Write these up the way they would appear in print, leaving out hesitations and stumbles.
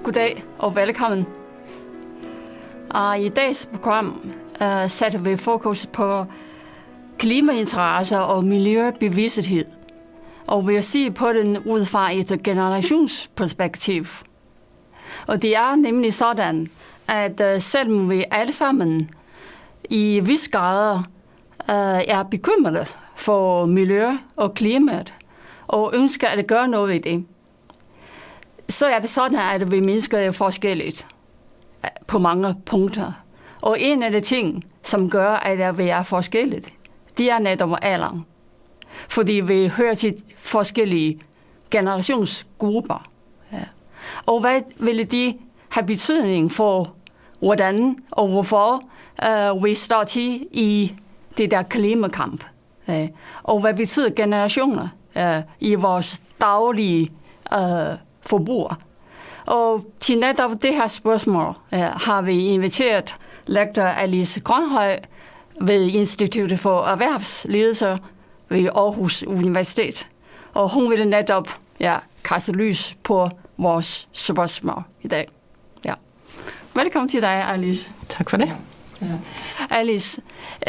Goddag og velkommen. I dagens program sætter vi fokus på klimainteresser og miljøbevidsthed, og vil se på den ud fra et generationsperspektiv. Og det er nemlig sådan, at selvom vi alle sammen i vis grad er bekymrede for miljø og klimaet, og ønsker at gøre noget ved det, så er det sådan, at vi mennesker er forskelligt på mange punkter. Og en af de ting, som gør, at vi er forskelligt, det er netop alderen. Fordi vi hører til forskellige generationsgrupper. Ja. Og hvad vil de have betydning for, hvordan og hvorfor vi står til i det der klimakamp? Ja. Og hvad betyder generationer i vores daglige forbrug? Og til netop det her spørgsmål har vi inviteret lektor Alice Grønhøj ved Instituttet for Erhvervsledelse ved Aarhus Universitet. Og hun vil netop kaste lys på vores spørgsmål i dag. Ja. Velkommen til dig, Alice. Tak for det. Ja. Alice,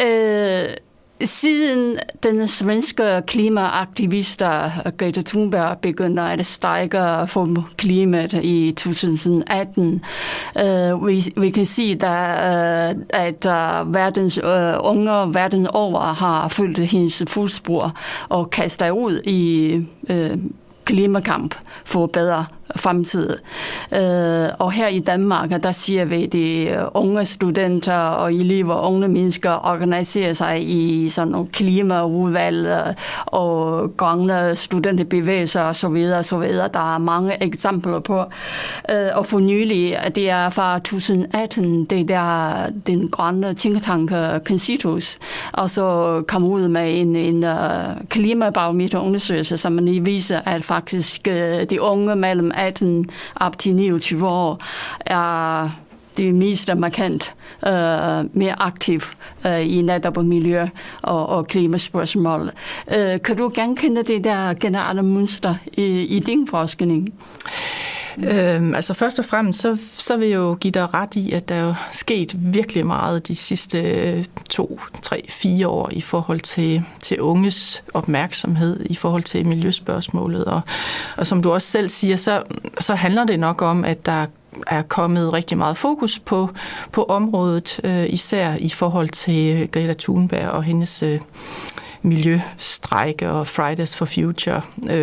siden den svenske klimaaktivist Greta Thunberg begyndte at strejke for klimaet i 2018, vi kan sige, at verdens unge verden over har fulgt hendes fodspor og kastet ud i klimakamp for bedre fremtid. Og her i Danmark, der siger vi, at de unge studenter og elever og unge mennesker organiserer sig i sådan nogle klimaudvalg og grønne studenterbevægelser osv. Der er mange eksempler på. Og for nylig, det er fra 2018, det der den grønne tænketank Consitus, og så kom ud med en klimabarometerundersøgelse, som lige viser, at faktisk de unge mellem 18 op til 29 år er det mest markant mere aktiv i netop miljø- og klimaspørgsmål. Kan du genkende det der generelle mønster i din forskning? Altså først og fremmest, så vil jeg jo give dig ret i, at der er sket virkelig meget de sidste 2, 3, 4 år i forhold til unges opmærksomhed i forhold til miljøspørgsmålet. Og som du også selv siger, så handler det nok om, at der er kommet rigtig meget fokus på området, især i forhold til Greta Thunberg og hendes miljøstrejke og Fridays for Future.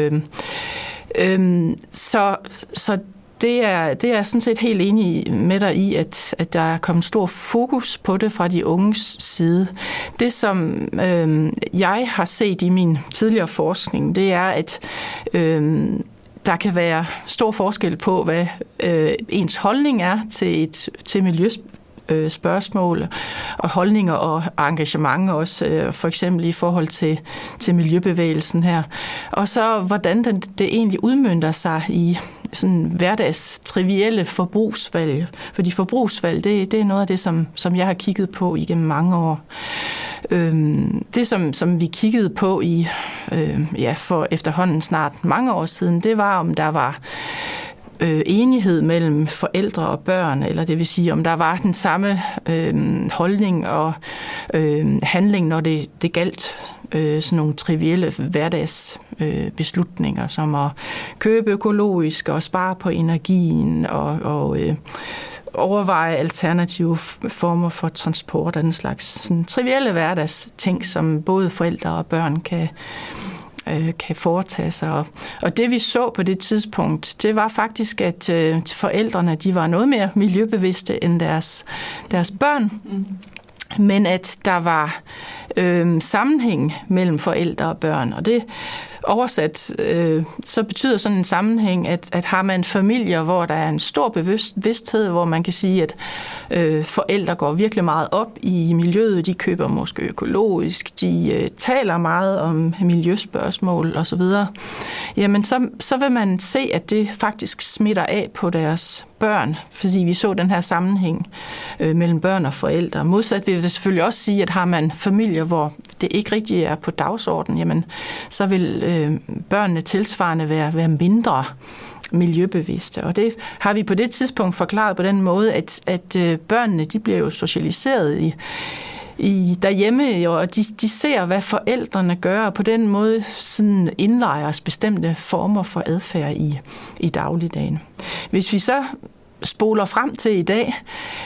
Så det er sådan set helt enig med dig i, at der er kommet stor fokus på det fra de unges side. Det, som jeg har set i min tidligere forskning, det er, at der kan være stor forskel på, hvad ens holdning er til miljøspørgsmål og holdninger og engagement også, for eksempel i forhold til miljøbevægelsen her. Og så hvordan det egentlig udmønter sig i sådan hverdags trivielle forbrugsvalg. Fordi forbrugsvalg, det er noget af det, som jeg har kigget på igennem mange år. Det, som vi kiggede på for efterhånden snart mange år siden, det var, om der var enighed mellem forældre og børn, eller det vil sige, om der var den samme holdning og handling, når det galt sådan nogle trivielle hverdagsbeslutninger, som at købe økologisk og spare på energien og overveje alternative former for transport og den slags sådan trivielle hverdagsting, som både forældre og børn kan foretage sig. Og det vi så på det tidspunkt, det var faktisk, at forældrene, de var noget mere miljøbevidste end deres børn, men at der var sammenhæng mellem forældre og børn. Og det oversat, så betyder sådan en sammenhæng, at har man familier, hvor der er en stor bevidsthed, hvor man kan sige, at forældre går virkelig meget op i miljøet, de køber måske økologisk, de taler meget om miljøspørgsmål osv., jamen så vil man se, at det faktisk smitter af på deres børn, fordi vi så den her sammenhæng mellem børn og forældre. Modsat vil det selvfølgelig også sige, at har man familier, hvor det ikke rigtig er på dagsordenen, jamen så vil børnene tilsvarende være mindre miljøbevidste. Og det har vi på det tidspunkt forklaret på den måde, at børnene, de bliver jo socialiseret derhjemme, og de ser, hvad forældrene gør, og på den måde sådan indlejres bestemte former for adfærd i dagligdagen. Hvis vi så spoler frem til i dag,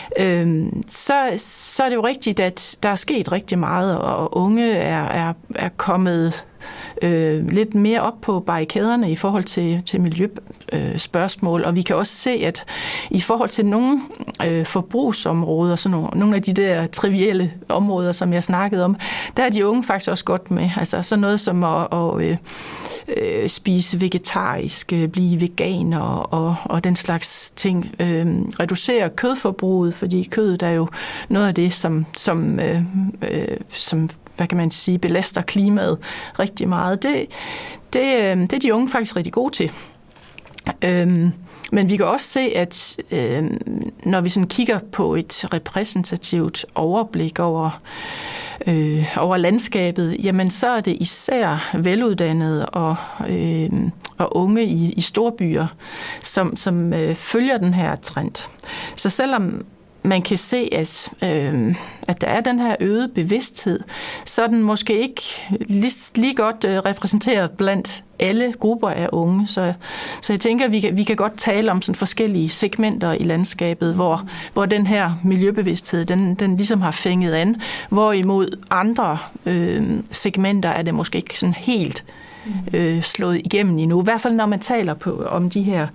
så er det jo rigtigt, at der er sket rigtig meget, og unge er kommet lidt mere op på barrikaderne i forhold til miljøspørgsmål, og vi kan også se, at i forhold til nogle forbrugsområder, sådan nogle af de der trivielle områder, som jeg snakkede om, der er de unge faktisk også godt med. Altså sådan noget som at spise vegetarisk, blive veganer og den slags ting. Reducere kødforbruget, fordi kødet er jo noget af det, som hvad kan man sige, belaster klimaet rigtig meget. Det er de unge faktisk rigtig gode til. Men vi kan også se, at når vi sådan kigger på et repræsentativt overblik over landskabet, jamen så er det især veluddannede og unge i storbyer, som følger den her trend. Så selvom man kan se, at der er den her øgede bevidsthed, så er den måske ikke lige godt repræsenteret blandt alle grupper af unge. Så jeg tænker, at vi kan godt tale om sådan forskellige segmenter i landskabet, hvor den her miljøbevidsthed, den ligesom har fænget an, hvorimod andre segmenter er det måske ikke sådan helt slået igennem endnu. I hvert fald når man taler om de her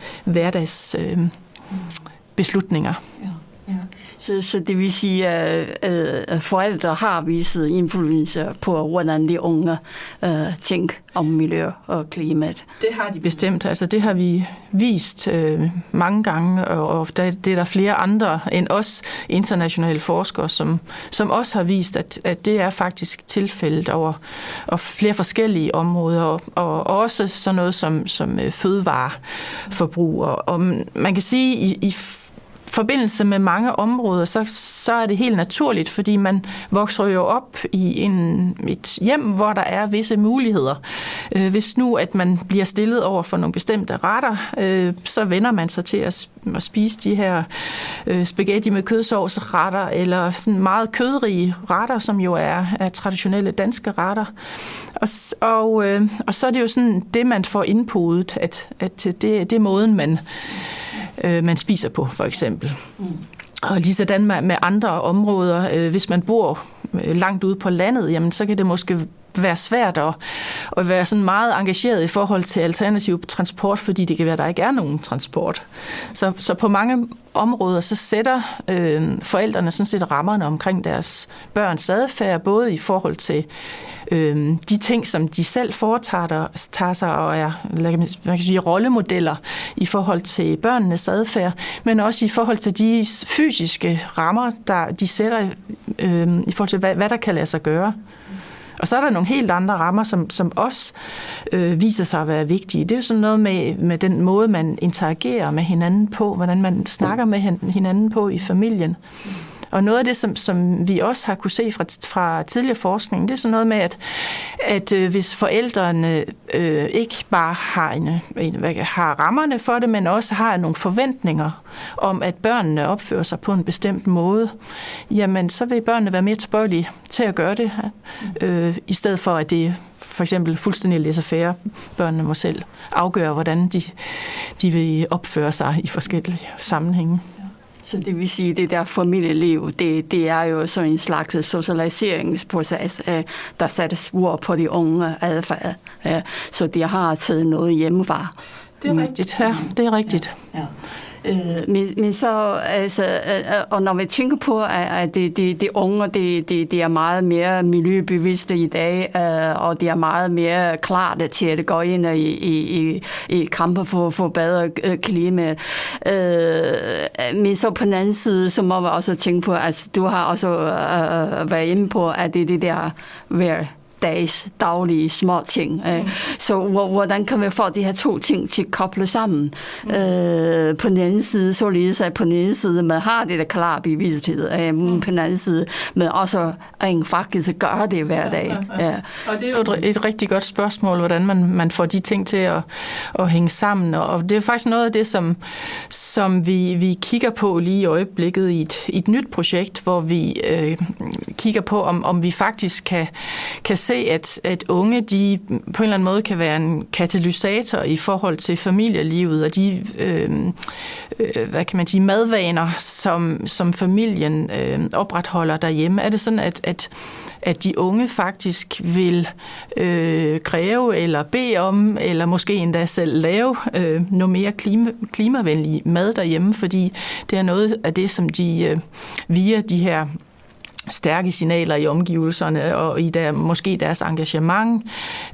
hverdagsbeslutninger. Ja. Så det vil sige, at forældre har vist indflydelse på, hvordan de unge tænker om miljø og klimaet. Det har de bestemt. Altså, det har vi vist mange gange, og det er der flere andre end os internationale forskere, som også har vist, at det er faktisk tilfældet over flere forskellige områder, og også sådan noget som fødevareforbrug. Og man kan sige, i forbindelse med mange områder, så er det helt naturligt, fordi man vokser jo op i et hjem, hvor der er visse muligheder. Hvis nu, at man bliver stillet over for nogle bestemte retter, så vender man sig til at spise de her spaghetti med kødsovsretter, eller sådan meget kødrige retter, som jo er traditionelle danske retter. Og så er det jo sådan det, man får indpodet, at det er måden, man spiser på, for eksempel. Og lige sådan med andre områder, hvis man bor langt ude på landet, jamen så kan det måske være svært at være sådan meget engageret i forhold til alternativ transport, fordi det kan være, at der ikke er nogen transport. Så på mange områder, så sætter forældrene sådan set rammerne omkring deres børns adfærd, både i forhold til de ting, som de selv foretager sig og er man kan sige, rollemodeller i forhold til børnenes adfærd, men også i forhold til de fysiske rammer, der de sætter i forhold til, hvad der kan lade sig gøre. Og så er der nogle helt andre rammer, som også viser sig at være vigtige. Det er jo sådan noget med den måde, man interagerer med hinanden på, hvordan man snakker med hinanden på i familien. Og noget af det, som vi også har kunne se fra tidligere forskning, det er sådan noget med, at hvis forældrene ikke bare har rammerne for det, men også har nogle forventninger om, at børnene opfører sig på en bestemt måde, jamen så vil børnene være mere tilbøjelige til at gøre det, i stedet for at det for eksempel fuldstændig laissez-faire. Børnene må selv afgøre, hvordan de vil opføre sig i forskellige sammenhænge. Så det vil sige, at det der familieliv, det er jo sådan en slags socialiseringsproces, der sætter spor på de unge adfærd. Så de har taget noget hjemmefra. Det er rigtigt, ja. Det er rigtigt. Ja. Men så, altså, og når vi tænker på, at de unge, de er meget mere miljøbevidste i dag, og de er meget mere klare til at gå ind i kampe for bedre klima. Men så på den anden side, så må vi også tænke på, at du har også været inde på, at det der daglige små ting. Så hvordan kan vi få de her to ting til at koble sammen? På den ene side, således at på den ene side, man har det der klare bevidsthed, på den anden side, men også en faktisk gør det hver dag. Ja. Og det er jo et rigtig godt spørgsmål, hvordan man får de ting til at hænge sammen. Og det er faktisk noget af det, som vi kigger på lige i øjeblikket i et nyt projekt, hvor vi kigger på, om vi faktisk kan se, at unge, de på en eller anden måde kan være en katalysator i forhold til familielivet, og de madvaner, som familien opretholder derhjemme. Er det sådan, at de unge faktisk vil kræve eller bede om, eller måske endda selv lave noget mere klimavenlig mad derhjemme, fordi det er noget af det, som de via de her stærke signaler i omgivelserne og i måske deres engagement,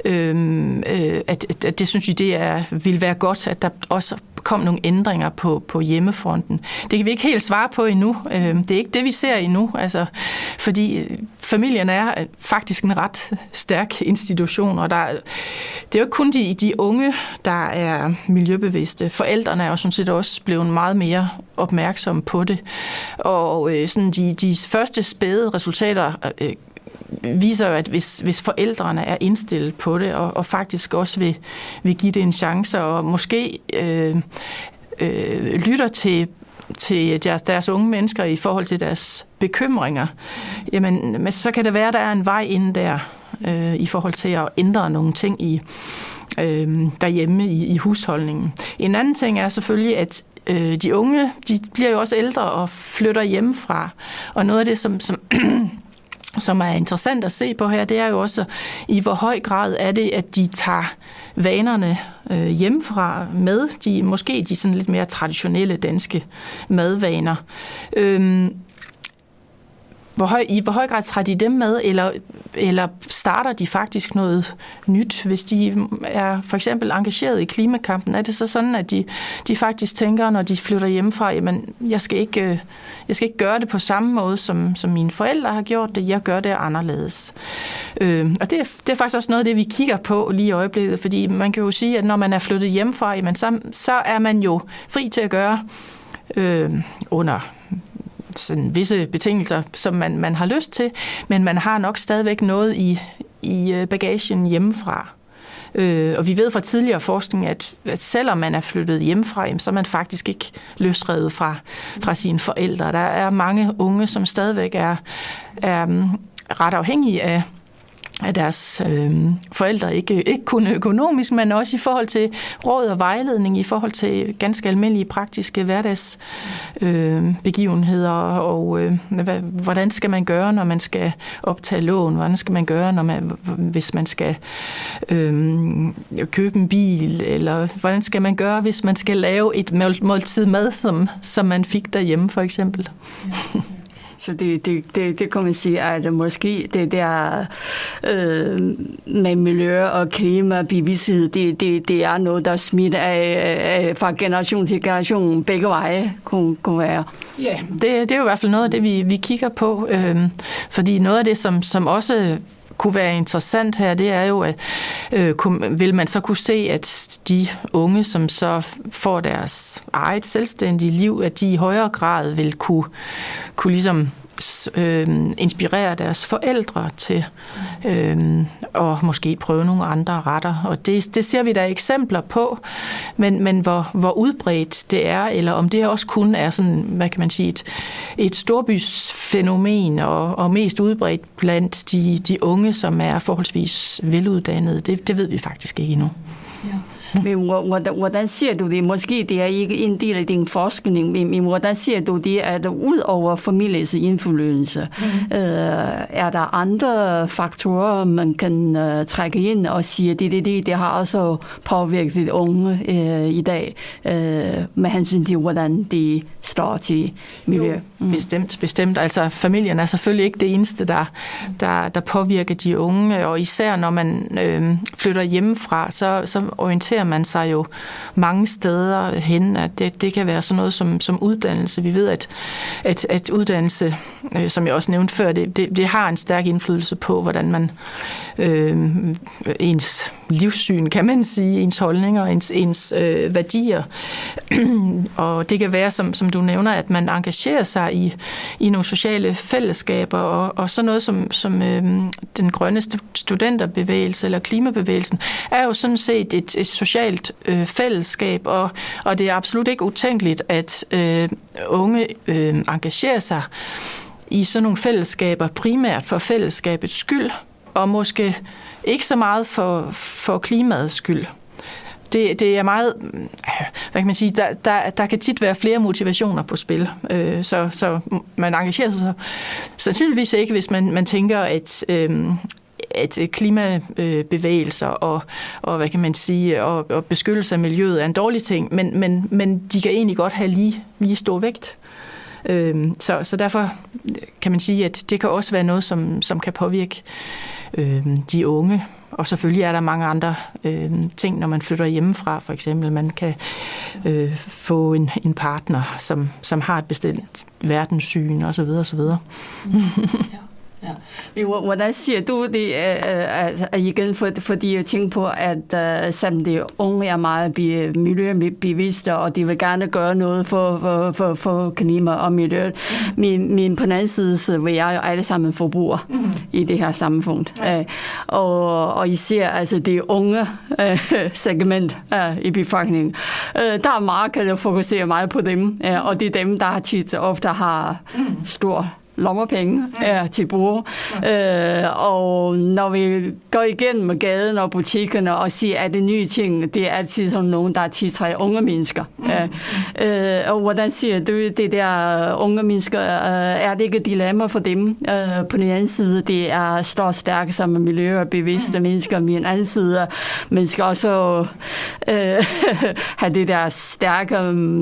at det synes jeg, vil være godt, at der også kom nogle ændringer på hjemmefronten. Det kan vi ikke helt svare på endnu. Det er ikke det, vi ser endnu, altså, fordi familien er faktisk en ret stærk institution, og det er jo ikke kun de unge, der er miljøbevidste. Forældrene er jo sådan set også blevet meget mere opmærksomme på det, og sådan de første spæde resultater viser jo, at hvis forældrene er indstillet på det, og faktisk også vil give det en chance, og måske lytter til deres unge mennesker i forhold til deres bekymringer, jamen, så kan det være, at der er en vej ind der i forhold til at ændre nogle ting derhjemme i husholdningen. En anden ting er selvfølgelig, at de unge, de bliver jo også ældre og flytter hjemmefra, og noget af det, som er interessant at se på her, det er jo også, i hvor høj grad er det, at de tager vanerne hjemmefra med, måske de sådan lidt mere traditionelle danske madvaner. I hvor høj grad tager de dem med, eller starter de faktisk noget nyt, hvis de er for eksempel engageret i klimakampen? Er det så sådan, at de faktisk tænker, når de flytter hjemmefra, jamen, jeg skal ikke gøre det på samme måde, som mine forældre har gjort det, jeg gør det anderledes. Og det er faktisk også noget af det, vi kigger på lige i øjeblikket, fordi man kan jo sige, at når man er flyttet hjemmefra, jamen, så er man jo fri til at gøre under sådan visse betingelser, som man har lyst til, men man har nok stadigvæk noget i bagagen hjemmefra. Og vi ved fra tidligere forskning, at selvom man er flyttet hjemmefra, så er man faktisk ikke løsrevet fra sine forældre. Der er mange unge, som stadigvæk er ret afhængige af deres forældre, ikke kun økonomisk, men også i forhold til råd og vejledning, i forhold til ganske almindelige praktiske hverdagsbegivenheder, og hvordan skal man gøre, når man skal optage lån, hvordan skal man gøre, hvis man skal købe en bil, eller hvordan skal man gøre, hvis man skal lave et måltid mad, som man fik derhjemme, for eksempel. Ja. Så det kan man sige, at måske det der med miljø og klimabevidsthed, det er noget, der smitter af fra generation til generation begge veje kunne være. Ja, det er jo i hvert fald noget af det, vi kigger på, fordi noget af det, som også kunne være interessant her, det er jo, at vil man så kunne se, at de unge, som så får deres eget selvstændige liv, at de i højere grad vil kunne ligesom inspirere deres forældre til at måske prøve nogle andre retter. Og det ser vi der eksempler på, men hvor udbredt det er, eller om det også kun er sådan, hvad kan man sige, et storbysfænomen, og mest udbredt blandt de unge, som er forholdsvis veluddannede, det ved vi faktisk ikke endnu. Ja. Men hvordan ser du det? Måske det er ikke en del af din forskning, men hvordan ser du det, at ud over familiens indflydelse, er der andre faktorer, man kan trække ind og sige, at det har også påvirket de unge i dag, med hensyn til, hvordan de står til miljø? Bestemt. Altså familien er selvfølgelig ikke det eneste, der påvirker de unge, og især når man flytter hjemmefra, så orienterer engagerer man sig jo mange steder hen. At det kan være sådan noget som uddannelse. Vi ved, at uddannelse, som jeg også nævnte før, det har en stærk indflydelse på, hvordan man ens livssyn, kan man sige, ens holdninger, ens værdier. Og det kan være, som du nævner, at man engagerer sig i nogle sociale fællesskaber, og sådan noget som den grønne studenterbevægelse eller klimabevægelsen, er jo sådan set et socialt fællesskab, og det er absolut ikke utænkeligt, at unge engagerer sig i sådan nogle fællesskaber, primært for fællesskabets skyld, og måske ikke så meget for klimaets skyld. Det er meget, hvad kan man sige, der kan tit være flere motivationer på spil, så man engagerer sig sandsynligvis ikke, hvis man tænker, at klimabevægelser og hvad kan man sige, og beskyttelse af miljøet er en dårlig ting, men de kan egentlig godt have lige stor vægt. Så derfor kan man sige, at det kan også være noget, som kan påvirke de unge. Og selvfølgelig er der mange andre ting, når man flytter hjemmefra, for eksempel. Man kan få en partner, som har et bestemt verdenssyn, osv. osv. Ja. Hvordan siger du det igen, fordi jeg tænker på, at selvom de unge er meget miljøbevidste, og de vil gerne gøre noget for klima og miljø, men på den anden side, så vil jeg jo alle sammen forbrugere i det her samfund. Og især altså det unge segment i befolkningen. Der er markedet, der fokuserer meget på dem, og det er dem, der tit ofte har stor lommepenge til brug. Og når vi går igennem gaden og butikkerne og siger, at det nye ting, det er altid sådan nogen, der tiltrækker unge mennesker. Og hvordan siger du, det der unge mennesker, er det ikke et dilemma for dem? På den anden side, det er står stærkt sammen med miljø og bevidste mennesker, men på den anden side, man skal også have det der stærke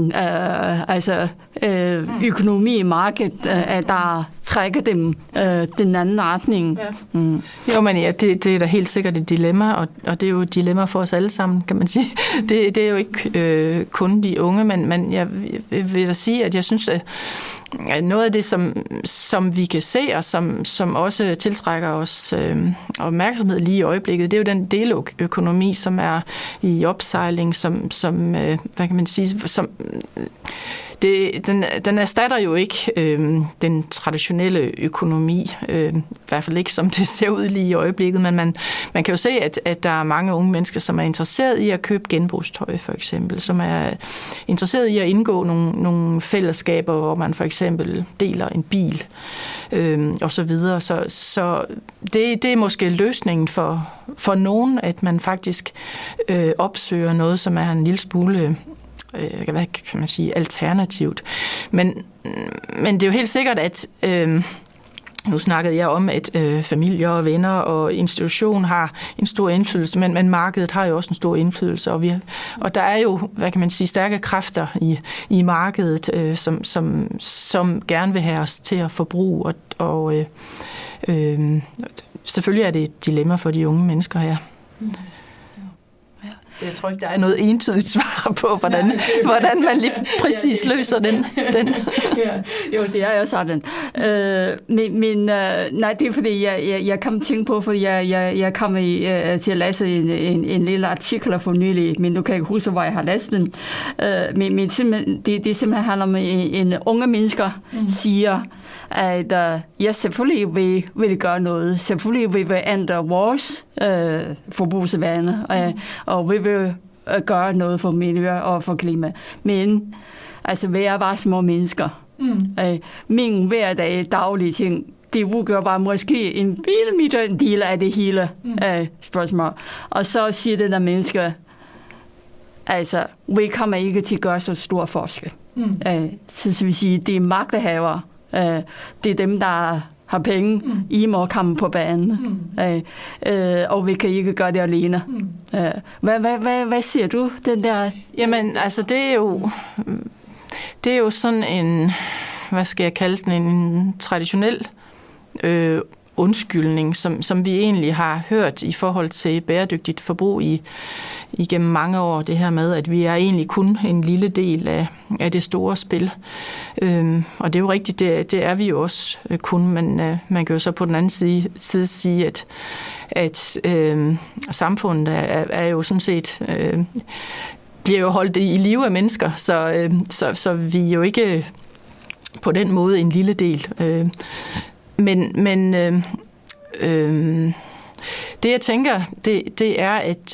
økonomi i markedet, der trækker dem den anden retning. Ja. Jo, men ja, det er da helt sikkert et dilemma, og det er jo et dilemma for os alle sammen, kan man sige. Det er jo ikke kun de unge, men jeg vil da sige, at jeg synes, at noget af det, som vi kan se, og som også tiltrækker os opmærksomhed lige i øjeblikket, det er jo den deleøkonomi, som er i opsejling, som hvad kan man sige, som den erstatter jo ikke den traditionelle økonomi, i hvert fald ikke som det ser ud lige i øjeblikket, men man kan jo se, at der er mange unge mennesker, som er interesseret i at købe genbrugstøj, for eksempel, som er interesseret i at indgå nogle fællesskaber, hvor man for eksempel deler en bil, og så videre. Så det er måske løsningen for nogen, at man faktisk opsøger noget, som er en lille smule hvad kan man sige, alternativt. Men det er jo helt sikkert, at nu snakkede jeg om, at familier og venner og institution har en stor indflydelse, men markedet har jo også en stor indflydelse, og der er jo, hvad kan man sige, stærke kræfter i markedet, som gerne vil have os til at forbruge, og selvfølgelig er det et dilemma for de unge mennesker her. Jeg tror ikke, der er noget entydigt svar på, hvordan man lige præcis løser den. Ja, jo, det er jo sådan. Men nej, det er fordi, jeg kom tænke på, fordi jeg kom til at læse en lille artikel for nylig, men du kan ikke huske, hvor jeg har læst den. Men det simpelthen handler om en unge mennesker siger, at jeg selvfølgelig vil gøre noget. Selvfølgelig vil vi ændre vores forbrugsvaner, og vi vil gøre noget for miljø og for klima. Men altså, vi er bare små mennesker. Min hverdag daglige ting, det udgør bare måske en lille del af det hele spørgsmål. Og så siger det der mennesker, altså, vi kommer ikke til at gøre så stor forskel. Så vil sige, det er magthavere. Det er dem, der har penge. I må komme på banen. Og vi kan ikke gøre det alene. Hvad siger du? Den der? Jamen, altså det er jo sådan en, hvad skal jeg kalde den, en traditionel undskyldning, som vi egentlig har hørt i forhold til bæredygtigt forbrug igennem mange år, det her med, at vi er egentlig kun en lille del af det store spil. Og det er jo rigtigt, det er vi jo også kun, men man kan jo så på den anden side sige, at samfundet er jo sådan set bliver jo holdt i live af mennesker, så vi er jo ikke på den måde en lille del. Men det jeg tænker, det er, at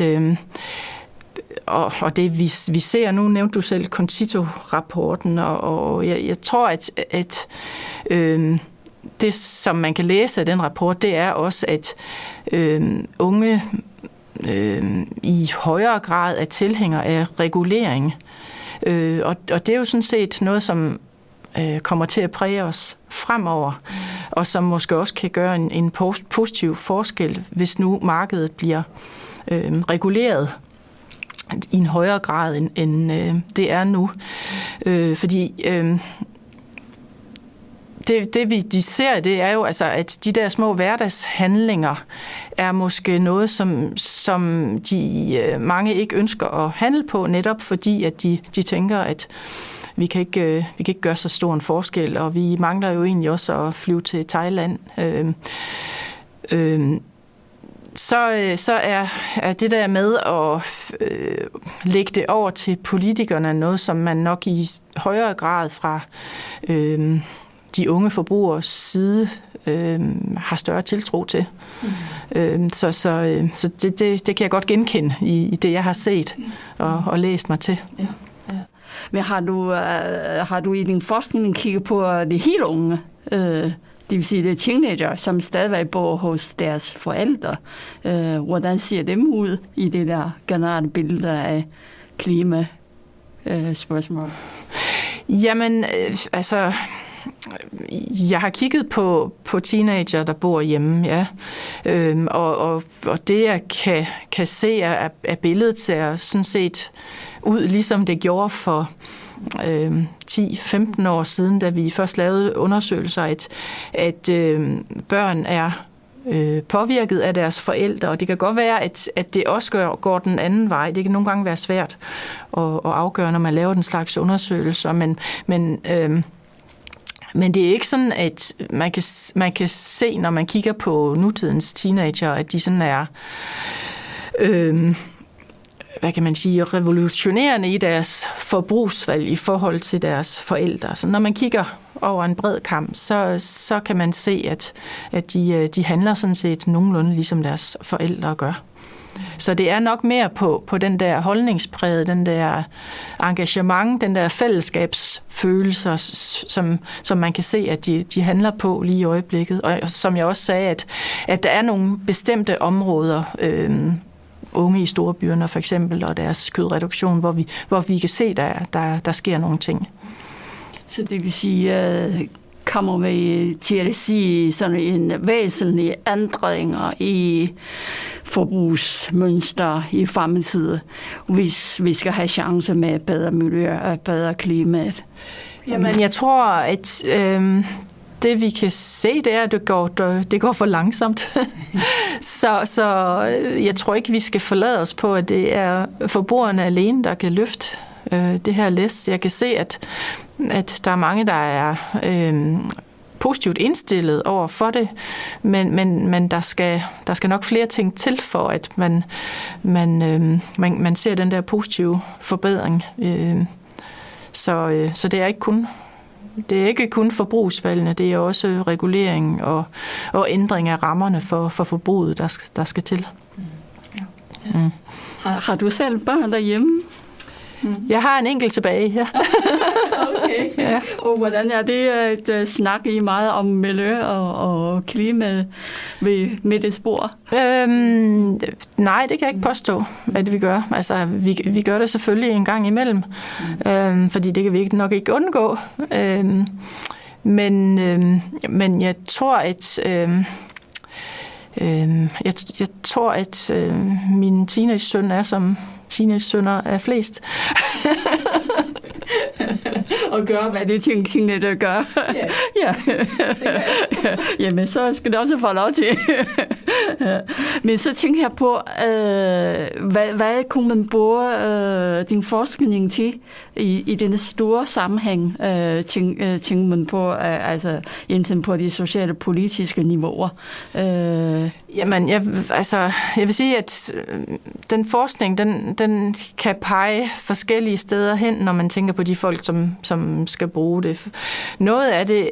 og det vi ser, nu nævnte du selv Concito-rapporten, og jeg tror, at det, som man kan læse af den rapport, det er også, at unge i højere grad er tilhængere af regulering. Og det er jo sådan set noget, som kommer til at præge os fremover, og som måske også kan gøre en positiv forskel, hvis nu markedet bliver reguleret i en højere grad, end det er nu. Fordi det vi ser, det er jo altså, at de der små hverdagshandlinger er måske noget, som de mange ikke ønsker at handle på, netop fordi, at de tænker, at vi kan ikke gøre så stor en forskel, og vi mangler jo egentlig også at flyve til Thailand. Så er det der med at lægge det over til politikerne noget, som man nok i højere grad fra de unge forbrugers side har større tiltro til. Så det kan jeg godt genkende i det, jeg har set og læst mig til. Ja. Ja. Men har du i din forskning kigget på de helt unge, det vil sige de teenager, som stadigvæk bor hos deres forældre? Hvordan ser dem ud i det der generelle billede af klimaspørgsmål? Jamen, altså, jeg har kigget på teenager, der bor hjemme, ja. Og det, jeg kan se, er billedet ser sådan set ud, ligesom det gjorde for 10-15 år siden, da vi først lavede undersøgelser, at børn er påvirket af deres forældre, og det kan godt være, at det også går den anden vej. Det kan nogle gange være svært at afgøre, når man laver den slags undersøgelser, men det er ikke sådan, at man kan se, når man kigger på nutidens teenager, at de sådan er hvad kan man sige, revolutionerende i deres forbrugsvalg i forhold til deres forældre. Så når man kigger over en bred kam, så kan man se, at de handler sådan set nogenlunde ligesom deres forældre gør. Så det er nok mere på den der holdningspræget, den der engagement, den der fællesskabsfølelser, som man kan se, at de handler på lige i øjeblikket. Og som jeg også sagde, at der er nogle bestemte områder, unge i storbyerne for eksempel, og deres kødreduktion, hvor vi kan se, der sker nogle ting. Så det vil sige, kommer vi til at sige sådan en væsentlig ændringer i forbrugsmønster i fremtiden, hvis vi skal have chance med bedre miljø og bedre klima? Jamen, jeg tror, at det vi kan se, det er, at det går for langsomt. så jeg tror ikke, vi skal forlade os på, at det er forbrugerne alene, der kan løfte det her læs. Jeg kan se, at der er mange, der er positivt indstillet over for det, men der skal nok flere ting til for, at man ser den der positive forbedring. Så det er ikke kun forbrugsvalgene, det er også regulering og ændring af rammerne for forbruget, der skal til. Ja. Har du selv børn derhjemme? Jeg har en enkelt tilbage, ja. Okay. Ja. Og hvordan er det at snakke I meget om miljø og klima med det spor? Nej, det kan jeg ikke påstå, at vi gør. Altså, vi gør det selvfølgelig en gang imellem, fordi det kan vi nok ikke undgå. Men jeg tror, at min teenage-søn er som teenage-sønner er flest. Og gør, hvad det tingene, der gør. Ja. Jamen, så skal det også få lov til. Men så tænker jeg på, hvad kunne man bruge din forskning til i denne store sammenhæng, tænker man på, altså enten på de sociale politiske niveauer? Jamen, jeg vil sige, at den forskning, den kan pege forskellige steder hen, når man tænker på de folk, som skal bruge det. Noget af det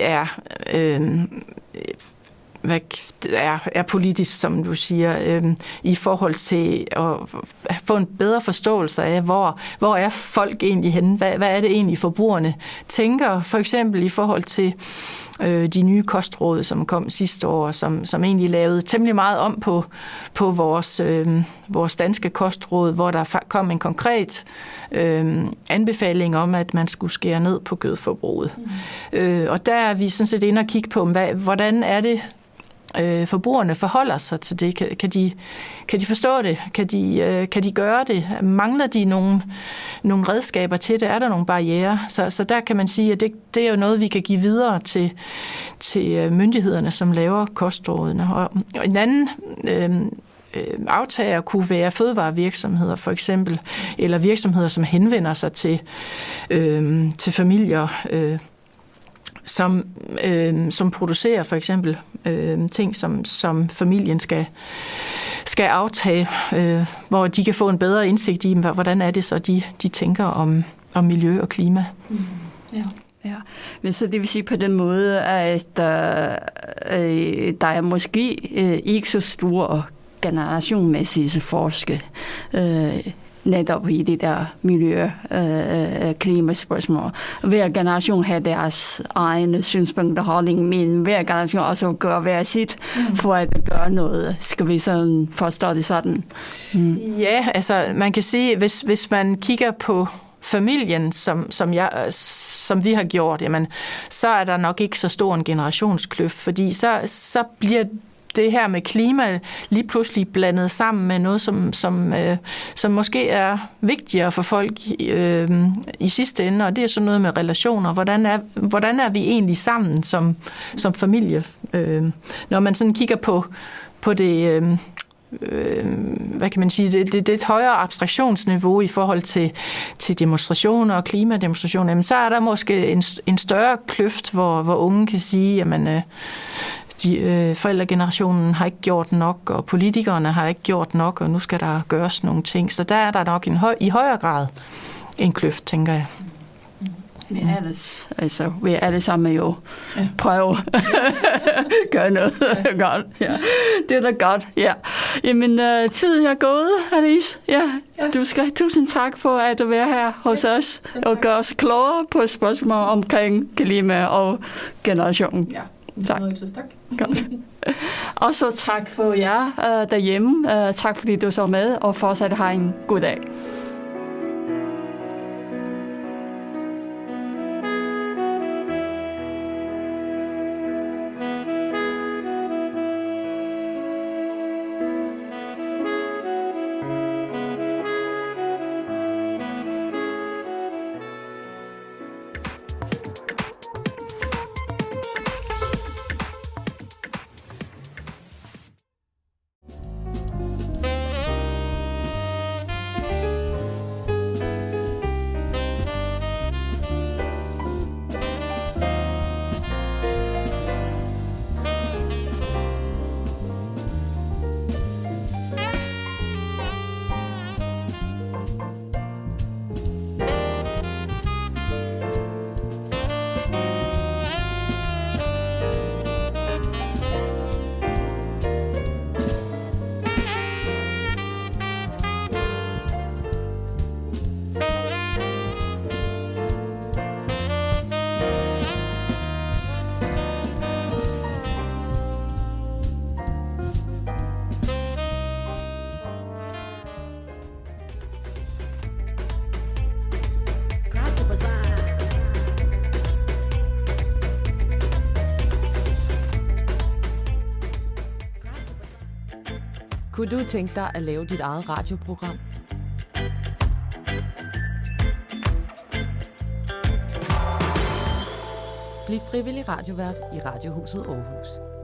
er politisk, som du siger, i forhold til at få en bedre forståelse af, hvor er folk egentlig henne? Hvad er det egentlig, forbrugerne tænker? For eksempel i forhold til de nye kostråd, som kom sidste år, som egentlig lavede temmelig meget om på vores danske kostråd, hvor der kom en konkret anbefaling om, at man skulle skære ned på kødforbruget. Og der er vi sådan set inde og kigge på, hvordan er det, forbrugerne forholder sig til det. Kan de forstå det? Kan de gøre det? Mangler de nogle redskaber til det? Er der nogle barrierer? Så der kan man sige, at det er jo noget, vi kan give videre til myndighederne, som laver kostrådene. Og en anden aftager kunne være fødevarevirksomheder for eksempel, eller virksomheder, som henvender sig til familier, som producerer for eksempel ting, som familien skal aftage, hvor de kan få en bedre indsigt i, hvordan er det så, de tænker om miljø og klima. Ja. Men så det vil sige på den måde, at der er måske ikke så store generationmæssige forskel netop i det der miljø, klimaspørgsmål. Hver generation har deres egne synspunkter og holdning, men hver generation også gør hver sit for at gøre noget. Skal vi sådan forstå det sådan? Ja, altså man kan sige, hvis man kigger på familien, som vi har gjort, jamen, så er der nok ikke så stor en generationskløft, fordi så bliver det her med klima lige pludselig blandet sammen med noget, som måske er vigtigere for folk i sidste ende, og det er sådan noget med relationer. Hvordan er vi egentlig sammen som familie? Når man sådan kigger på det, hvad kan man sige, det er et højere abstraktionsniveau i forhold til demonstrationer og klimademonstrationer, jamen, så er der måske en større kløft, hvor unge kan sige, jamen, forældregenerationen har ikke gjort nok, og politikerne har ikke gjort nok, og nu skal der gøres nogle ting. Så der er der nok i højere grad en kløft, tænker jeg. Vi er alle sammen jo prøve at gøre noget godt. Ja. Det er da godt, ja. Jamen, tiden er gået, Alice. Ja. Du skal tusind tak for at være her hos os, og gøre os klogere på spørgsmål omkring klima og generation. Ja. Tak. Godt. Og så tak for jer derhjemme. Tak fordi du så med, og fortsat have en god dag. Kunne du tænke dig at lave dit eget radioprogram? Bliv frivillig radiovært i Radiohuset Aarhus.